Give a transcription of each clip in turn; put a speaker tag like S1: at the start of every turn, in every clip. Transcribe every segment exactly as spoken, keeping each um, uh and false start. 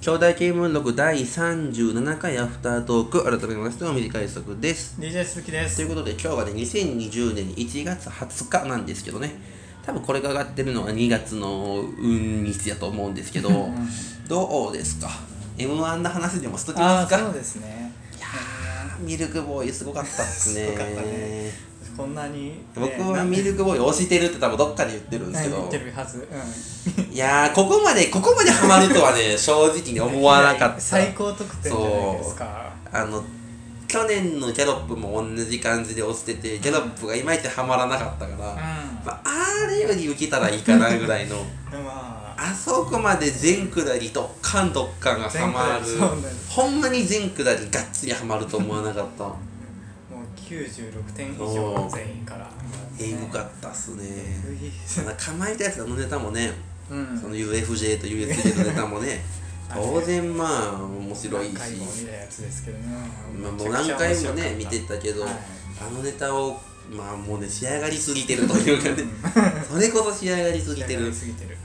S1: 兄弟見聞録だいさんじゅうななかいアフタートーク、改めましてお短い速です。
S2: ディージェー 鈴木です。
S1: ということで、今日はねにせんにじゅうねんいちがつはつかなんですけどね、多分これが上がってるのはにがつの運日やと思うんですけどどうですか、 エムワン の話でもしときますか。
S2: ああ、そうですね。
S1: いやー、ミルクボーイすごかったっすね。
S2: すごかったね。こんなに、ね、
S1: 僕はミルクボーイ推してるって多分どっかで言ってるんですけど、
S2: 言ってるはず、うん、
S1: いやー、ここまでここまでハマるとはね正直に思わなかった。
S2: 最高得点じゃないですか。
S1: あの去年のギャロップも同じ感じで押してて、ギャロップがいまいちハマらなかったから、うん、まあ、あれより受けたらいいかなぐらいのまあ、あそこまで全下りドッカンドッカンがハマる、ほんまに全下りがっつりハマると思わなかったもう
S2: きゅうじゅうろくてん以上全員から
S1: えぐかったっすね。かまいたやつのネタもね、うん、その ユーエフジェー と ユーエスジェー のネタもね当然まあ面白いし、何回も見たやつですけどね、まあ、もう何回もね見てたけど、はい、あのネタをまあもうね仕上がりすぎてるというかねそれこそ仕上がりすぎてる。うん、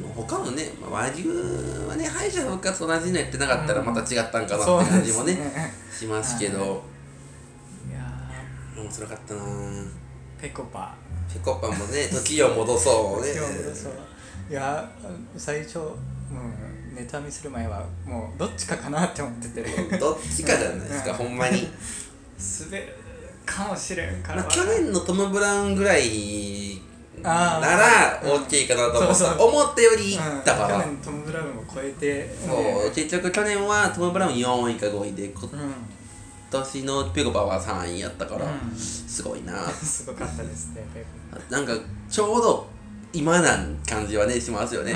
S1: 他のね、まあ、和牛はね敗者復活と同じのやってなかったらまた違ったんかなって感じもね、ねしますけど、はい、いや面白かったな。
S2: ペコパ
S1: ペコパもね時を戻そうね
S2: 時を戻そう。いや最初、うん、ネタ見する前はもうどっちかかなって思ってて
S1: どっちかじゃないですか、うん、ほんまに
S2: 滑るかもしれんから、
S1: まあ、去年のトム・ブラウンぐらいなら OK かなと思った、うん、そうそう思ったよりいったから、うん、
S2: 去年トム・ブラウンを超えて、ね、
S1: そう結局去年はトム・ブラウンよんいかごいで、今年のペコパはさんいやったから、うん、すごいな
S2: すごかったですね。ペコ
S1: パなんかちょうど今な感じはねしますよね、うん、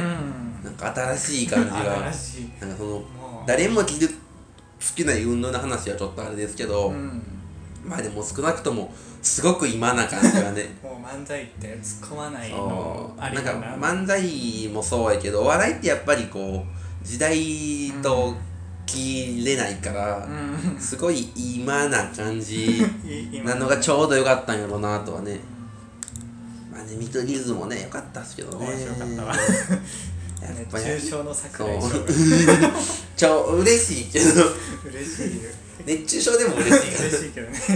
S1: なんか新しい感じがなんかその誰も聞く好きな運動の話はちょっとあれですけど、うん、まあでも少なくともすごく今な感じがね
S2: もう漫才って突っ込まないのありだな。
S1: なんか漫才もそうやけどお笑いってやっぱりこう時代と切れないから、うん、すごい今な感じなのがちょうどよかったんやろうなとはね。まあね、見取り図もね良かったっすけどね。
S2: 面白かったわ熱中症の桜井翔
S1: 超嬉しいけど
S2: 嬉しい
S1: 熱中症でも嬉しいから
S2: 嬉しいけどね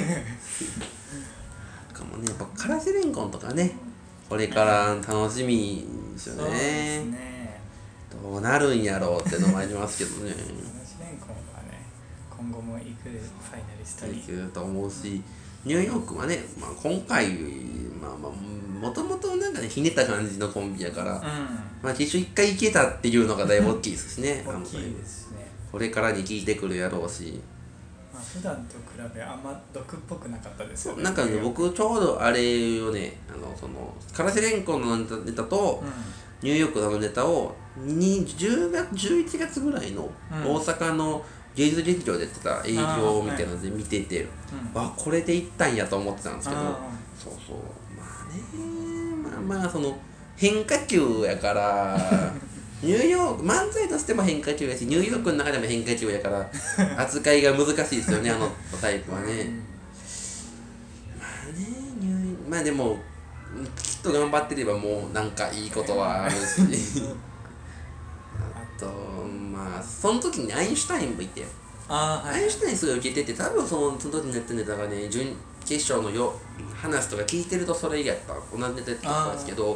S1: かもね、やっぱからしれんこんとかねこれから楽しみですよね。そうですね、どうなるんやろうってのもありますけどねからし
S2: れんこんはね今後も行くファイナリストに
S1: 行くと思うし、ニューヨークはね、まあ、今回まあまあもともとなんかねひねった感じのコンビやから、うん、まあ結局一回行けたっていうのがだいぶ大きいですしね
S2: 大きいですね。
S1: これからに聞いてくるやろうし、
S2: まあ、普段と比べあんま毒っぽくなかったですよね。
S1: なんかね僕ちょうどあれをねあのそのからしれんこんのネタと、うん、ニューヨークのネタをにじゅうがつじゅういちがつぐらいの大阪の芸術劇場でやってた営業みたいなので見てて、あ、はい、あこれで行ったんやと思ってたんですけど、そうそうまあねまあまあその変化球やからニューヨーク漫才としても変化球やしニューヨークの中でも変化球やから扱いが難しいですよねあのタイプはね。まあねニューまあでもきっと頑張ってればもうなんかいいことはあるしあとまあその時にアインシュタインもいて、あ、はい、アインシュタインすごい受けてて多分そのその時にやってるネタがね準決勝のよ話とか聞いてるとそれ以外やった同じネタやったんですけど、はい、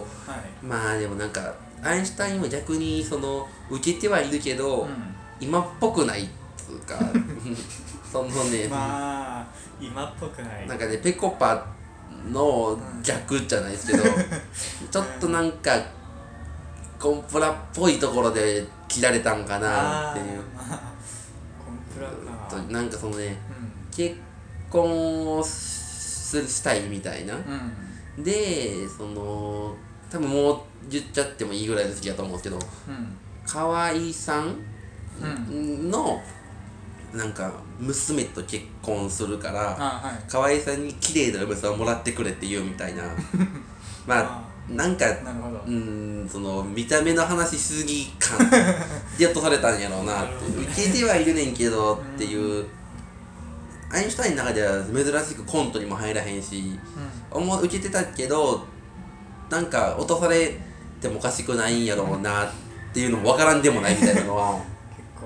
S1: まあでもなんかアインシュタインは逆にその受けてはいるけど、うん、今っぽくないっつうかそのね
S2: まあ今っぽくない
S1: なんかねペコパの逆じゃないですけど、うん、ちょっとなんかコンプラっぽいところで切られたんかなっていう、まあ、
S2: コンプラか
S1: なんかそのね、うん、結婚をするしたいみたいな、うん、でその多分もう言っちゃってもいいぐらいの好きだと思うんですけど、うん、河合さんの、うん、なんか娘と結婚するから、はい、河合さんに綺麗な嫁さんをもらってくれって言うみたいなまあなんかうんその見た目の話しすぎ感で落とされたんやろうなって受けてはいるねんけどっていう、アインシュタインの中では珍しくコントにも入らへんし、うん、受けてたけどなんか落とされてもおかしくないんやろうなっていうのも分からんでもないみたいなのは
S2: 結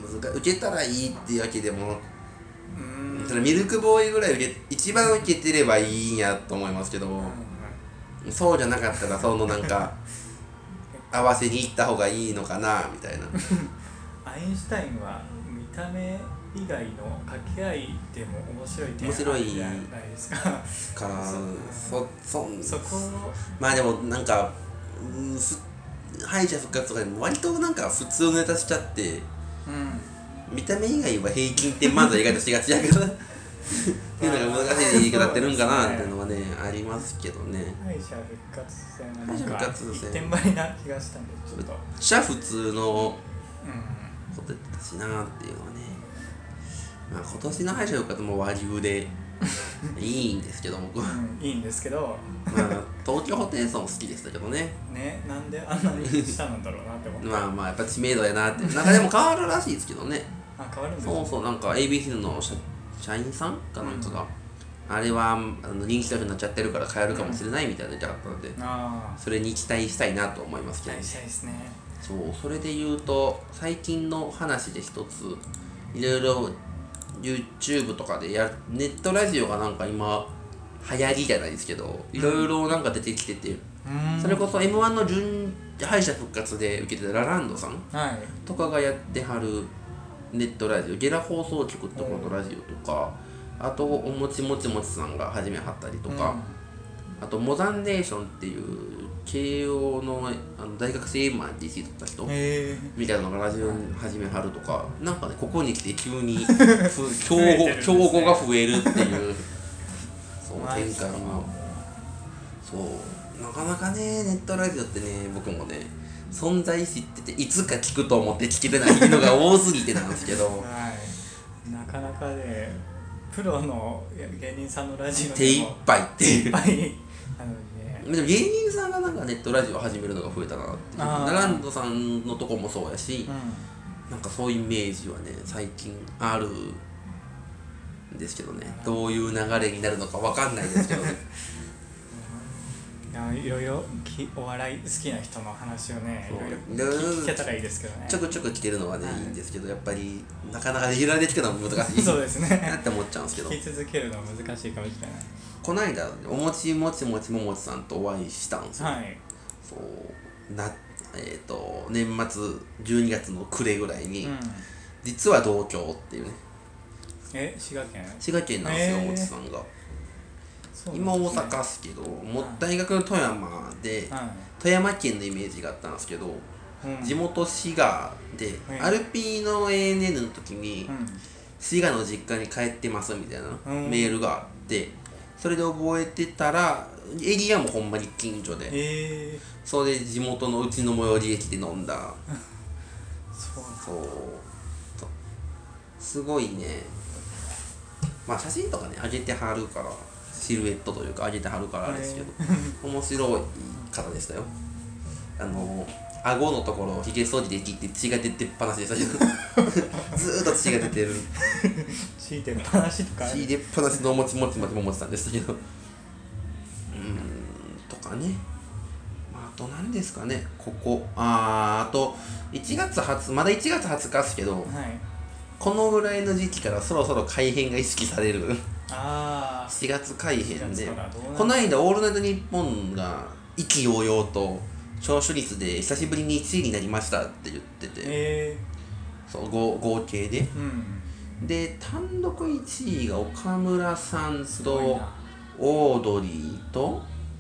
S1: 難受けたらいいっていうわけでも、
S2: うーん
S1: ただミルクボーイぐらい受け一番受けてればいいんやと思いますけど、そうじゃなかったらそのなんか合わせに行った方がいいのかなみたいな。
S2: アインシュタインは見た目以外の掛け合いでも面白い点
S1: 面白い
S2: じゃないですか
S1: からそそん
S2: そこを
S1: まあでもなんか、うん、ふ敗者復活とかでも割となんか普通のネタしちゃって
S2: うん
S1: 見た目以外は平均点漫才意外としがちやからっていうのが難しい言い方ってるんかなっていうのはねありますけどね。
S2: 敗者復活戦は
S1: 敗者
S2: なんか
S1: 復活戦
S2: 一点張りな気がしたんでちょっと
S1: めっちゃ普通の
S2: う
S1: ことやってたしなっていうのはね。まあ今年の敗者復活も和牛でいいんですけど僕は、
S2: ん、うん、いいんですけど
S1: まあ東京ホテイソン好きでしたけどね。
S2: ねなんであんなにしたんだろうなって思って
S1: まあまあやっぱ知名度やなってなんかでも変わるらしいですけどね。
S2: あ変わるんですか
S1: そうそうなんか エービーシー の社社員さんかなんかが、あれはあの人気投票になっちゃってるから変えるかもしれないみたいな言ってあったので、
S2: あ
S1: それに期待したいなと思いますけど、
S2: あ期待したいですね
S1: そうそれで言うと最近の話で一ついろいろ YouTube とかでやネットラジオがなんか今流行りじゃないですけどいろいろなんか出てきてて、
S2: うん
S1: それこそ エムワン の準敗者復活で受けてたラランドさん
S2: はい
S1: とかがやってはるネットラジオゲラ放送局ってことラジオとか、あとおもちもちもちさんが始めはったりとか、あとモザンネーションっていう慶応のあの大学生 エムワン ディーシー 取った人
S2: へえ
S1: みたいなのがラジオに始めはるとか、なんかねここに来て急にふ競合競合が増えるっていうそう展開もそうなかなかねネットラジオってね僕もね存在知ってていつか聞くと思って聞けてないのが多すぎてなんですけど
S2: はいなかなかねプロの芸人さんのラジオでも
S1: 手一杯っていう
S2: いっぱいなのにね
S1: でも芸人さんがなんかネットラジオ始めるのが増えたなっていう
S2: あー
S1: ラランドさんのとこもそうやし、
S2: う
S1: なんかそういうイメージはね最近あるんですけどねどういう流れになるのかわかんないですけどね
S2: んいやいろいろきお笑い好きな人の話をねいろいろ
S1: そう
S2: 聞けたらいいですけどね
S1: ちょくちょく来てるのはね、
S2: はい
S1: いいんですけどやっぱりなかなかレギュラーで聞くのは難しい
S2: そうですね
S1: なって思っちゃうんですけど
S2: 聞き続けるのは難しいかもしれない
S1: この間おもちもちもちももちさんとお会いしたんですよ、
S2: はい
S1: そうなえっ、と年末じゅうにがつの暮れぐらいに、
S2: うん
S1: 実は同郷っていうね
S2: え滋賀県
S1: 滋賀県なんですよ、
S2: へー
S1: もちさんが
S2: そう
S1: 今大
S2: なんですね
S1: 阪っすけど、も大学の富山で、
S2: は
S1: 富山県のイメージがあったんですけど、
S2: いうん
S1: 地元滋賀で、
S2: はい
S1: アルピーの エーエヌエヌ の時に、
S2: うん
S1: 滋賀の実家に帰ってますみたいな
S2: うん
S1: メールがあってそれで覚えてたらエリアもほんまに近所で
S2: えー、
S1: それで地元のうちの最寄り駅で飲んだ
S2: そう
S1: そうとすごいねまあ写真とかね上げてはるからシルエットというか上げてはるからあれですけど面白い方でしたよあの顎のところをひげ剃りで切って血が出てっぱなしでしたけどずーっと血が出てる
S2: 血出っぱなしとか
S1: 血出っぱなしのおもちもちもちももちさんでしたけどうーんとかね、まあ、あと何ですかねここあーあといちがつはつまだいちがつはつかですけど
S2: はい
S1: このぐらいの時期からそろそろ改編が意識される
S2: ああ
S1: しがつ改編
S2: しがつ
S1: で
S2: からどうなる
S1: この間「オールナイトニッポン」が意気揚々と聴取率で久しぶりにいちいになりましたって言ってて、
S2: え
S1: そう合合計で
S2: ー、うん
S1: で単独いちいが岡村さんと
S2: すごいな
S1: オードリーと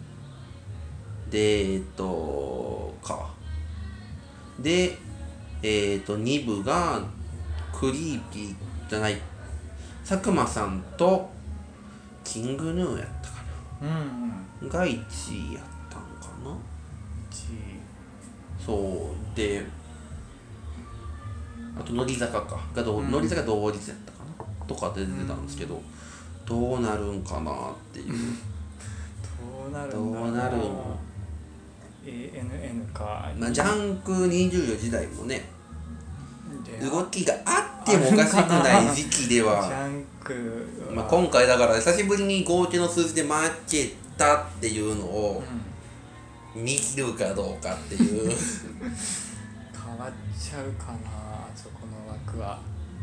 S1: でえっとかでえっとにぶがクリーピーじゃない佐久間さんとキングヌーやったか
S2: うんうん
S1: ながいちいやったんかな
S2: ち
S1: そうであと乃木坂かがどう、
S2: うん
S1: 乃木坂同率やったかなとかで出てたんですけど、どうなるんかなっていう
S2: どうなるんだ
S1: ど
S2: ろ
S1: うなるん
S2: エーエヌエヌ か
S1: まあ、ジャンクにじゅうよじだいもね
S2: で
S1: 動きがあってもおかしくない時期で
S2: ジ
S1: は、
S2: ャンクは
S1: まあ、今回だから久しぶりに合計の数字で負けたっていうのを
S2: うん
S1: 見るかどうかっていう
S2: 可っちゃうかなあそこの枠は。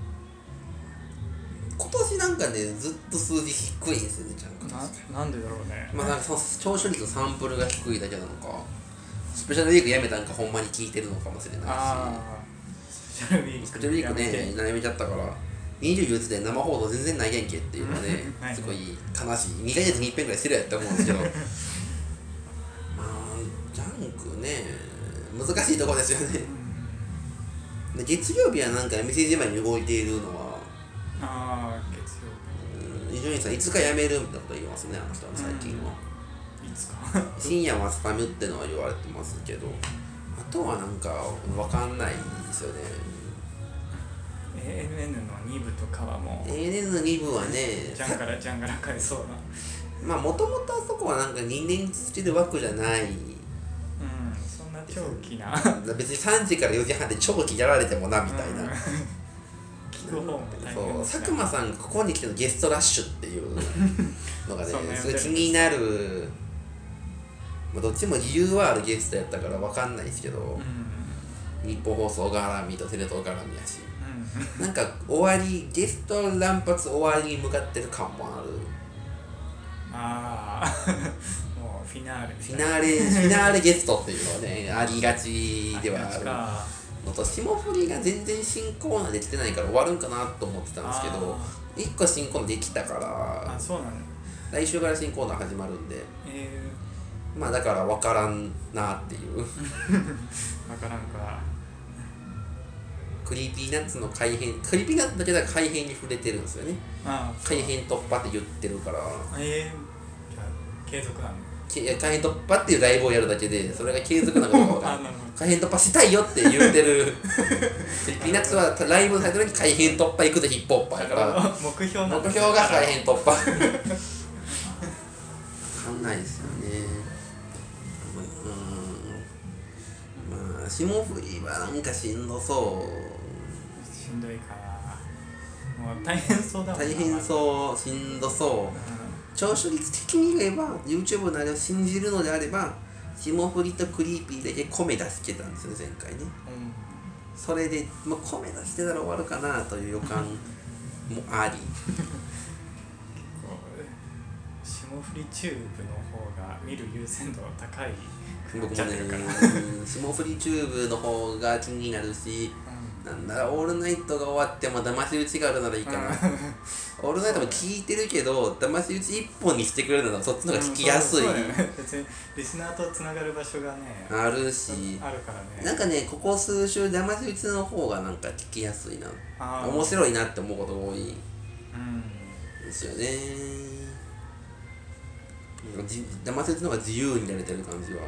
S1: 今年なんかねずっと数字低いんですよね。ちゃんと
S2: ななんでだろうね。
S1: まあなんかその聴取率サンプルが低いだけなのか、スペシャルウィークやめたんかほんまに聞いてるのかもしれないし。
S2: ああスペシャルウィーク
S1: スペシャルウィークね悩めちゃったから、にじゅういちで生放送全然ないやんけっていうので、ね、すごい悲しい。にかげつにいっぺんぐらいしてるやって思うんですけどまあジャンクね難しいところですよね。で月曜日はなんか店じまいに動いているのは、
S2: ああ月曜
S1: 日伊集院さんいつか辞めるみたいなこと言いますね、あの人は最近は。
S2: いつか
S1: 深夜はスパムってのは言われてますけど、あとはなんかわかんないですよね。
S2: エーエヌエヌ のに部とかはもう
S1: エーエヌエヌ のに部はね
S2: ジャンガラジャンガラ買えそうな。
S1: まあもともとあそこはなんかにねんつける枠じゃない。
S2: うんそんな長期な
S1: 別にさんじからよじはんで長期やられてもなみたいな、うん、
S2: 聞く方も大変
S1: そう
S2: です
S1: 佐久間さんがここに来てのゲストラッシュっていうのがねすごい気になる。まあ、どっちも理由はあるゲストやったから分かんないですけど、うん、日本放送絡みとテレ東絡みやし、うん、なんか終わりゲスト乱発終わりに向かってる感もある。
S2: ああもうフィナーレ
S1: フィナーレフィナーレゲストっていうのはねありがちではあるのと、霜降りが全然新コーナーできてないから終わるんかなと思ってたんですけど、いっこ新コーナーできたから、
S2: あそうなの
S1: 来週から新コーナー始まるんで、
S2: え
S1: ー、まあだから分からんなっていう分
S2: からんか。
S1: クリーピーナッツの改編、クリーピーナッツだけだ改編に触れてるんですよね。
S2: あ
S1: 改編突破って言ってるから、
S2: えー、じゃあ継続なの。
S1: 改編突破っていうライブをやるだけで、それが継続なのかどうか分からない改編突破したいよって言ってるクリーピーナッツはライブのタイトルに改編突破行くとヒップホッパーやから
S2: 目標なん
S1: 目標が改編突破分かんないですよね。うんまあ霜降りはなんかしんどそう。
S2: しんどいかな。もう大変そうだもんな。
S1: 大変そうしんどそう、うん聴取率的に言えば YouTube のあれを信じるのであれば霜降りとクリーピーだけ米出してたんですよね前回ね、うん、それで、まあ、米出してたら終わるかなという予感もあり
S2: 結構霜降りチューブの方が見る優先度は高い
S1: 僕もね霜降りチューブの方が気になるし、うん、なんだオールナイトが終わっても騙し討ちがあるならいいかな、うん、オールナイトも聞いてるけど騙し討ち一本にしてくれるならそっちの方が聞きやすい、うん、そうそう
S2: ね、別にリスナーとつながる場所がね
S1: あるし
S2: あるからね。
S1: なんかねここ数週騙し討ちの方がなんか聞きやすいな面白いなって思うことが多い、うん、ですよね。騙し討ちの方が自由になれてる感じは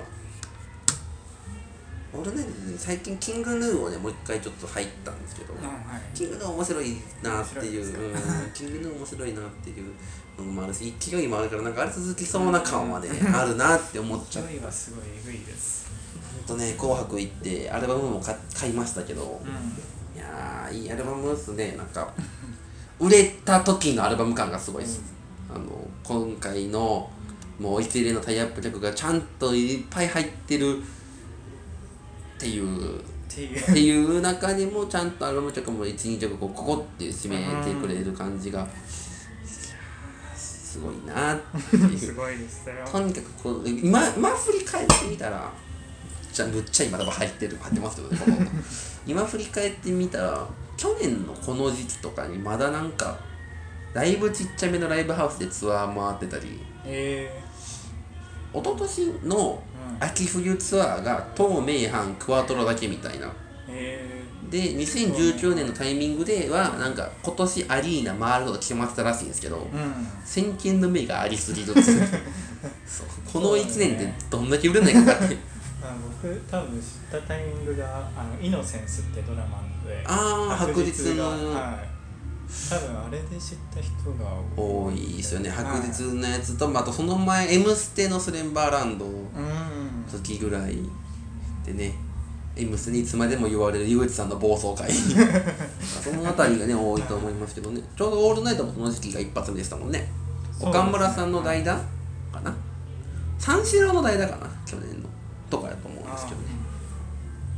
S1: オールナイトで、ね、最近キングヌーをねもう一回ちょっと入ったんですけど、うんはい、キングヌー面白いなっていう、うん、キングヌー面白いなっていうのもあるし勢いもあるからなんかあれ続きそうな感はねあるなって思っちゃう。
S2: 勢いはすごいえぐいです。
S1: ほんとね紅白行ってアルバムも 買, 買いましたけど、うん、いやーいいアルバムですね。なんか売れた時のアルバム感がすごいです、うん、あの今回のもう一連のタイアップ曲がちゃんといっぱい入ってるっていうっていう中でもちゃんとアルバム曲もいちにちょくこうここって締めてくれる感じがすごいなっていう
S2: すごいですよ。
S1: とにかくこう今今振り返ってみたらじゃむっちゃ今多分入ってる入ってますよねこの今振り返ってみたら去年のこの時期とかにまだなんかライブちっちゃめのライブハウスでツアー回ってたり、えー、一昨年の秋冬ツアーが東名阪クワトロだけみたいな、えー、でにせんじゅうきゅうねんのタイミングではなんか今年アリーナ回ること決まってたらしいんですけど、うん、先見の明がありすぎるそうこのいちねんでどんだけ売れないかって
S2: あ僕多分知ったタイミングがあのイノセンスってドラマで
S1: ああ白日の、
S2: はい、多分あれで知った人が
S1: 多いですよね。白日のやつと、まあ、あとその前「M ステ」のスレンバーランドの時ぐらいでね「M ステ」にいつまでも言われる井口さんの暴走会そのあたりがね多いと思いますけどね。ちょうど「オールナイト」もその時期が一発目でしたもんね。岡村さんの代打かな三四郎の代打かな去年のとかやと思うんですけどね。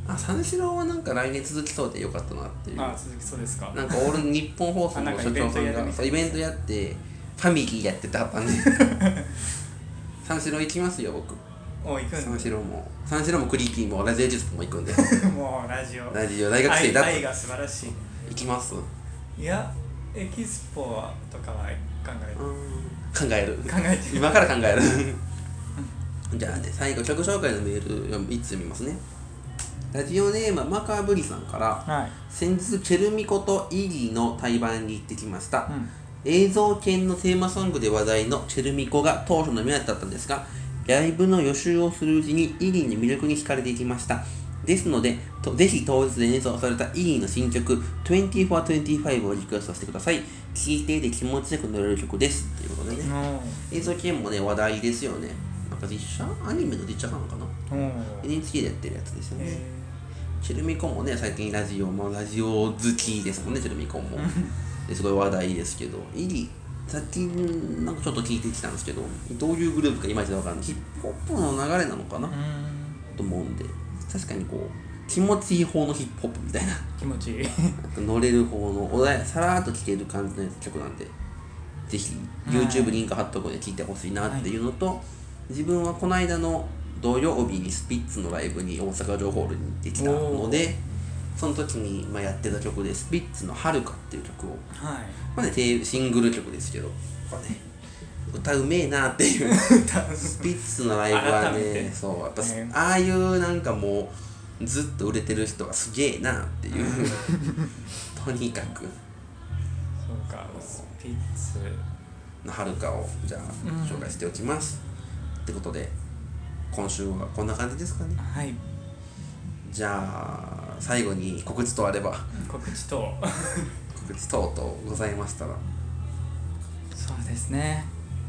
S1: あ、三四郎はなんか来年続きそうでよかったなっていう。
S2: あ、続きそうですか。
S1: なんか俺日本放送の所長さんがそうイベントやってファミリーやってたはったんで三四郎行きますよ僕。
S2: お、行くんだ。
S1: 三四郎も三四郎もクリーピーもラジオ術も行くんで
S2: もうラジオ
S1: ラジオ大学生だと
S2: 愛が素晴らしい。
S1: 行きます。
S2: いや、エキスポとかは考える
S1: 考える
S2: 考えてる
S1: 今から考えるじゃあね、最後曲紹介のメールいつ読みますね。ラジオネームマカーブリさんから、
S2: はい、
S1: 先日チェルミコとイリーの対バンに行ってきました、
S2: うん、
S1: 映像犬のテーマソングで話題のチェルミコが当初の目当てだったんですが、ライブの予習をするうちにイリーの魅力に惹かれていきました。ですので、とぜひ当日で演奏されたイリーの新曲にじゅうよんにじゅうごをリクエストしてください。聴いていて気持ちよく乗れる曲です。ということでね、映像犬もね話題ですよね。なんか実写アニメの実写版かな、 エヌエイチケー でやってるやつですよね。チェルミコもね最近ラジオ、まあ、ラジオ好きですもんね、チェルミコもですごい話題ですけど、イリーさっきなんかちょっと聞いてきたんですけど、どういうグループかいまいちわかんない。ヒップホップの流れなのかなと思うんで、確かにこう気持ちいい方のヒップホップみたいな
S2: 気持ちいい
S1: 乗れる方の穏やさらっと聴ける感じの曲なんで、ぜひ YouTube リンク貼っとくので聴いてほしいなっていうのと、はい、自分はこの間の土曜日にスピッツのライブに大阪城ホールに行ってきたので、その時にまあやってた曲でスピッツの遥かっていう曲を、はい、まあね、シングル曲ですけど、まあね、歌うめえなっていうスピッツのライブはね、そうやっぱ、ね、ああいうなんかもうずっと売れてる人はすげえなっていうとにかく
S2: そうか、スピッツ
S1: の遥かをじゃあ紹介しておきます、うん、ってことで今週はこんな感じですかね。
S2: はい。
S1: じゃあ最後に告知とあれば。
S2: 告知と
S1: 告知等々ございましたら。
S2: そうですね、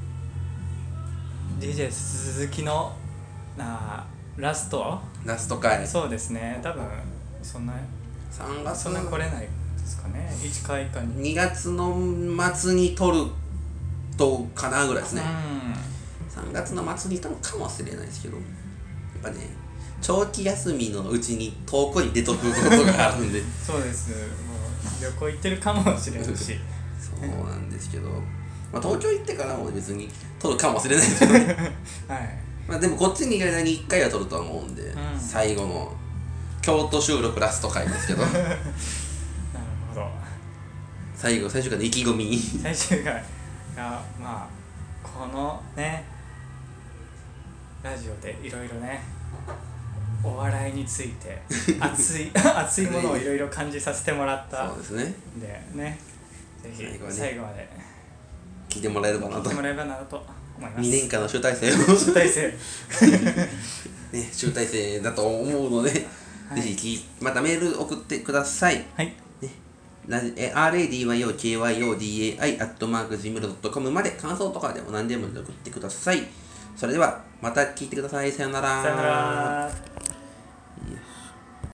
S2: ディージェー 鈴木のなラスト
S1: ラスト回、
S2: そうですね、多分そんな
S1: さんがつ
S2: そんな来れないですかね。いっかいかに
S1: にがつの末に撮るとかなぐらいですね、うん、さんがつの末に撮るかもしれないですけど、やっぱね長期休みのうちに遠くに出とくことがあるんで
S2: そうです、もう旅行行ってるかもしれないし
S1: そうなんですけど、まあ、東京行ってからも別に撮るかもしれないですけどねはい、まあでもこっちにいる間にいっかいは撮るとは思うんで、うん、最後の京都収録ラスト回ですけどなる
S2: ほど、
S1: 最後最終回の意気込み
S2: 最終回がまあこのねラジオでいろいろねお笑いについて熱い熱いものをいろいろ感じさせてもらった
S1: そうですね
S2: でね、ぜひ最後、ね、最後まで
S1: 聞いてもらえればなと
S2: 聞いてもらえればなと思います。
S1: にねんかんの集大成を
S2: 集大成
S1: ね、集大成だと思うので、はい、ぜひまたメール送ってください。はい。ね、ラジえ アールエーディーワイオーケーワイオーディーエーアイ アットマーク ジーメールドットコム まで感想とかでも何でも送ってください。それではまた聞いてください。さよなら。
S2: さよなら。